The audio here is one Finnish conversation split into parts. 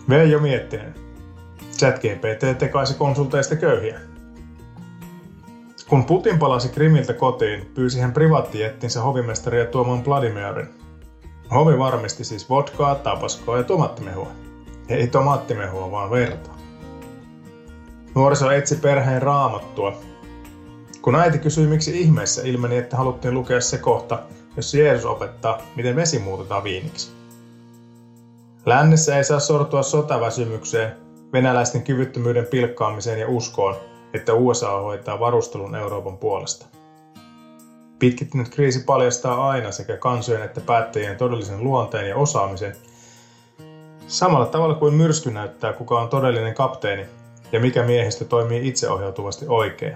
Veijo Miettinen. ChatGPT tekaisi konsulteista köyhiä. Kun Putin palasi Krimiltä kotiin, pyysi hän privaattijettinsä hovimestaria tuomaan Vladimirin. Hovi varmisti siis vodkaa, tabaskoa ja tomaattimehua. Ei tomaattimehua, vaan verta. Nuoriso etsi perheen raamattua. Kun äiti kysyi, miksi ihmeessä, ilmeni, että haluttiin lukea se kohta, jos Jeesus opettaa, miten vesi muutetaan viiniksi. Lännessä ei saa sortua sotaväsymykseen, venäläisten kyvyttömyyden pilkkaamiseen ja uskoon, että USA hoitaa varustelun Euroopan puolesta. Pitkittynyt kriisi paljastaa aina sekä kansojen että päättäjien todellisen luonteen ja osaamisen, samalla tavalla kuin myrsky näyttää, kuka on todellinen kapteeni ja mikä miehistö toimii itseohjautuvasti oikein.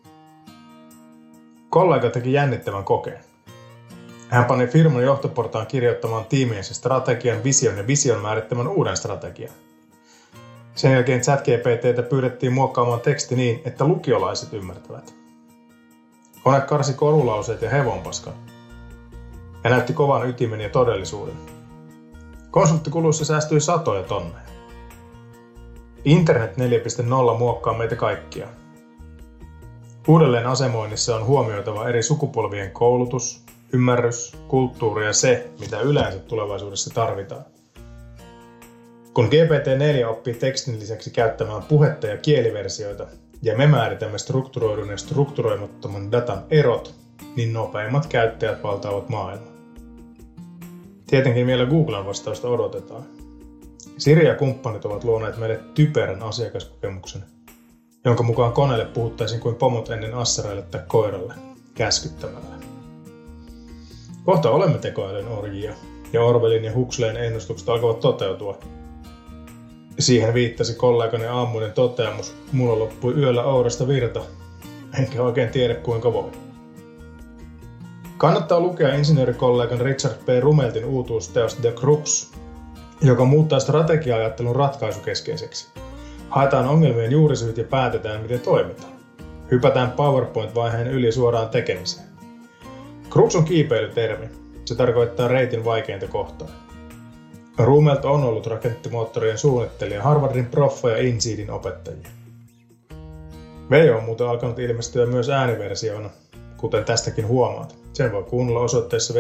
Kollega teki jännittävän kokeen. Hän pani firman johtoportaan kirjoittamaan tiimiensä strategian, vision ja vision määrittämän uuden strategian. Sen jälkeen ChatGPT:tä pyydettiin muokkaamaan teksti niin, että lukiolaiset ymmärtävät. Kone karsi korulauseet ja hevonpaskan. Ja näytti kovan ytimen ja todellisuuden. Konsulttikuluissa säästyi satoja tonneja. Internet 4.0 muokkaa meitä kaikkia. Uudelleen asemoinnissa on huomioitava eri sukupolvien koulutus, ymmärrys, kulttuuri ja se, mitä yleensä tulevaisuudessa tarvitaan. Kun GPT-4 oppii tekstin lisäksi käyttämään puhetta ja kieliversioita, ja me määritämme strukturoidun ja strukturoimattoman datan erot, niin nopeimmat käyttäjät valtaavat maailman. Tietenkin vielä Googlen vastausta odotetaan. Siri ja kumppanit ovat luoneet meille typerän asiakaskokemuksen, jonka mukaan koneelle puhuttaisiin kuin pomot ennen assareille tai koiralle, käskyttämällä. Kohta olemme tekoälyn orjia, ja Orwellin ja Huxleyn ennustukset alkavat toteutua. Siihen viittasi kollegani aamuinen toteamus, mulla loppui yöllä aurasta virta, enkä oikein tiedä kuinka voi. Kannattaa lukea insinöörikollegan Richard P. Rumeltin uutuusteos The Crux, joka muuttaa strategia-ajattelun ratkaisukeskeiseksi. Haetaan ongelmien juurisyyt ja päätetään, miten toimitaan. Hypätään PowerPoint-vaiheen yli suoraan tekemiseen. Crux on kiipeilytermi. Se tarkoittaa reitin vaikeinta kohtaa. Rumelt on ollut rakettimoottorien suunnittelija, Harvardin proffa ja InSeedin opettajia. Veijo on muuten alkanut ilmestyä myös ääniversioina, kuten tästäkin huomaat. Sen voi kuunnella osoitteessa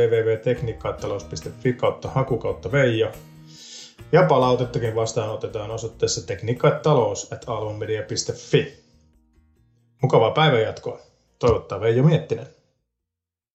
www.tekniikkaitalous.fi/haku/Veijo. Ja palautettakin vastaanotetaan osoitteessa tekniikkaitalous@almamedia.fi. Mukavaa päivänjatkoa. Toivottaa Veijo Miettinen.